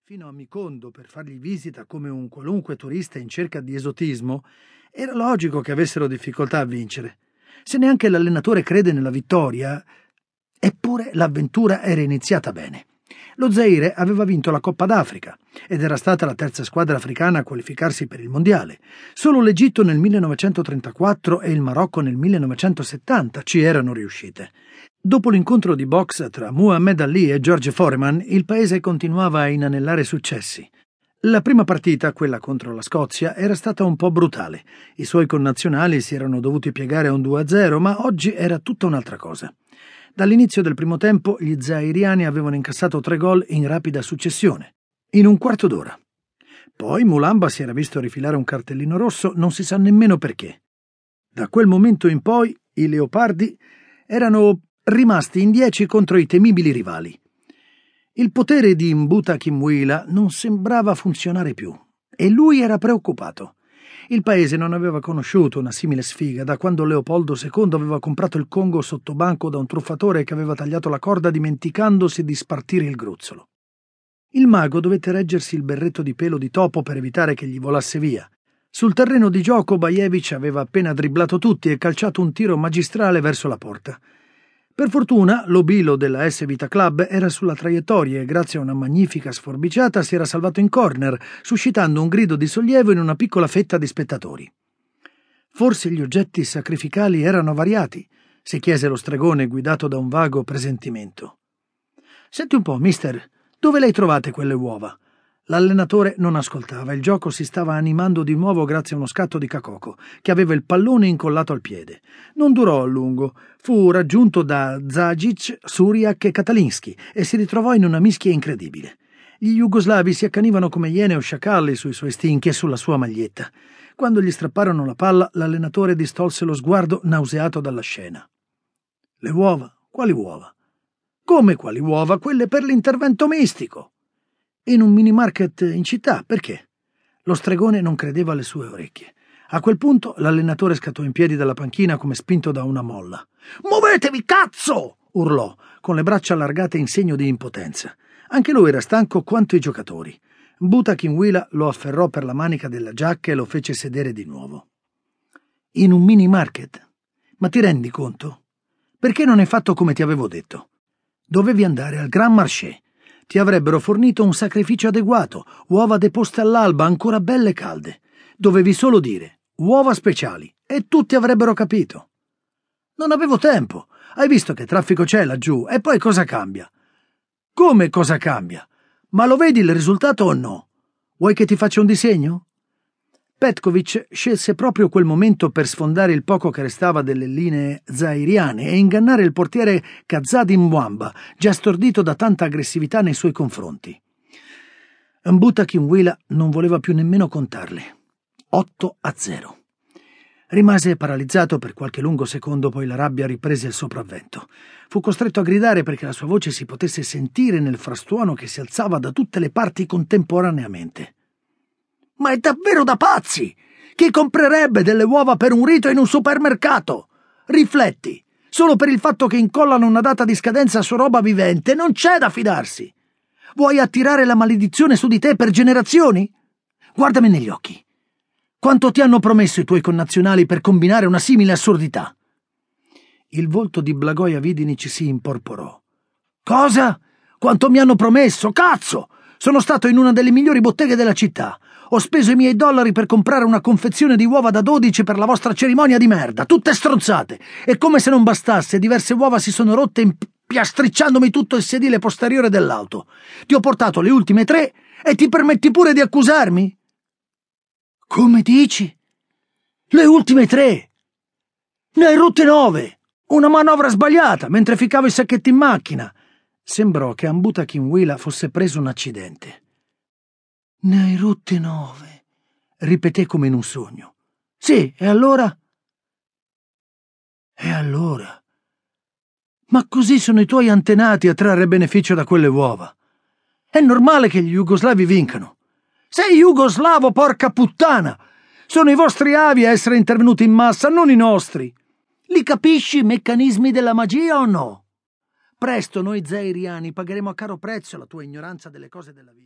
Fino a Mikondo per fargli visita come un qualunque turista in cerca di esotismo, era logico che avessero difficoltà a vincere. Se neanche l'allenatore crede nella vittoria, eppure l'avventura era iniziata bene. Lo Zaire aveva vinto la Coppa d'Africa ed era stata la terza squadra africana a qualificarsi per il mondiale. Solo l'Egitto nel 1934 e il Marocco nel 1970 ci erano riuscite. Dopo l'incontro di box tra Muhammad Ali e George Foreman, il paese continuava a inanellare successi. La prima partita, quella contro la Scozia, era stata un po' brutale. I suoi connazionali si erano dovuti piegare a un 2-0, ma oggi era tutta un'altra cosa. Dall'inizio del primo tempo gli zairiani avevano incassato 3 gol in rapida successione, in un quarto d'ora. Poi Mulamba si era visto rifilare un cartellino rosso, non si sa nemmeno perché. Da quel momento in poi i leopardi erano rimasti in 10 contro i temibili rivali. Il potere di Mbuta Kimwila non sembrava funzionare più e lui era preoccupato. Il paese non aveva conosciuto una simile sfiga da quando Leopoldo II aveva comprato il Congo sottobanco da un truffatore che aveva tagliato la corda dimenticandosi di spartire il gruzzolo. Il mago dovette reggersi il berretto di pelo di topo per evitare che gli volasse via. Sul terreno di gioco Bajevic aveva appena dribblato tutti e calciato un tiro magistrale verso la porta. Per fortuna l'obilo della S Vita Club era sulla traiettoria e grazie a una magnifica sforbiciata si era salvato in corner, suscitando un grido di sollievo in una piccola fetta di spettatori. Forse gli oggetti sacrificali erano variati, si chiese lo stregone guidato da un vago presentimento. «Senti un po', mister, dove le hai trovate quelle uova?» L'allenatore non ascoltava, il gioco si stava animando di nuovo grazie a uno scatto di Kakoko, che aveva il pallone incollato al piede. Non durò a lungo, fu raggiunto da Zagic, Suriak e Katalinski e si ritrovò in una mischia incredibile. Gli jugoslavi si accanivano come iene o sciacalli sui suoi stinchi e sulla sua maglietta. Quando gli strapparono la palla, l'allenatore distolse lo sguardo nauseato dalla scena. «Le uova? Quali uova?» «Come quali uova? Quelle per l'intervento mistico!» «In un mini market in città, perché?» Lo stregone non credeva alle sue orecchie. A quel punto l'allenatore scattò in piedi dalla panchina come spinto da una molla. «Muovetevi, cazzo!» urlò, con le braccia allargate in segno di impotenza. Anche lui era stanco quanto i giocatori. Mbuta Kimwila lo afferrò per la manica della giacca e lo fece sedere di nuovo. «In un mini market? Ma ti rendi conto? Perché non hai fatto come ti avevo detto? Dovevi andare al Grand Marché. Ti avrebbero fornito un sacrificio adeguato, uova deposte all'alba ancora belle calde. Dovevi solo dire uova speciali e tutti avrebbero capito. Non avevo tempo. Hai visto che traffico c'è laggiù e poi cosa cambia?» «Come cosa cambia? Ma lo vedi il risultato o no? Vuoi che ti faccia un disegno?» Petkovic scelse proprio quel momento per sfondare il poco che restava delle linee zairiane e ingannare il portiere Kazadi Mwamba, già stordito da tanta aggressività nei suoi confronti. Mbuta Kimwila non voleva più nemmeno contarle. 8-0. Rimase paralizzato per qualche lungo secondo, poi la rabbia riprese il sopravvento. Fu costretto a gridare perché la sua voce si potesse sentire nel frastuono che si alzava da tutte le parti contemporaneamente. «Ma è davvero da pazzi! Chi comprerebbe delle uova per un rito in un supermercato? Rifletti! Solo per il fatto che incollano una data di scadenza su roba vivente non c'è da fidarsi! Vuoi attirare la maledizione su di te per generazioni? Guardami negli occhi! Quanto ti hanno promesso i tuoi connazionali per combinare una simile assurdità?» Il volto di Blagoja Vidinic si imporporò. «Cosa? Quanto mi hanno promesso? Cazzo! Sono stato in una delle migliori botteghe della città. Ho speso i miei dollari per comprare una confezione di uova da 12 per la vostra cerimonia di merda. Tutte stronzate. E come se non bastasse, diverse uova si sono rotte impiastricciandomi tutto il sedile posteriore dell'auto. Ti ho portato le ultime 3 e ti permetti pure di accusarmi?» «Come dici? Le ultime 3? Ne hai rotte 9! Una manovra sbagliata mentre ficcavo i sacchetti in macchina!» Sembrò che a Mbuta Kimwila fosse preso un accidente. «Ne hai rotte 9», ripeté come in un sogno. «Sì, e allora?» «E allora? Ma così sono i tuoi antenati a trarre beneficio da quelle uova. È normale che gli jugoslavi vincano. Sei jugoslavo, porca puttana! Sono i vostri avi a essere intervenuti in massa, non i nostri. Li capisci i meccanismi della magia o no? Presto noi zairiani pagheremo a caro prezzo la tua ignoranza delle cose della vita.»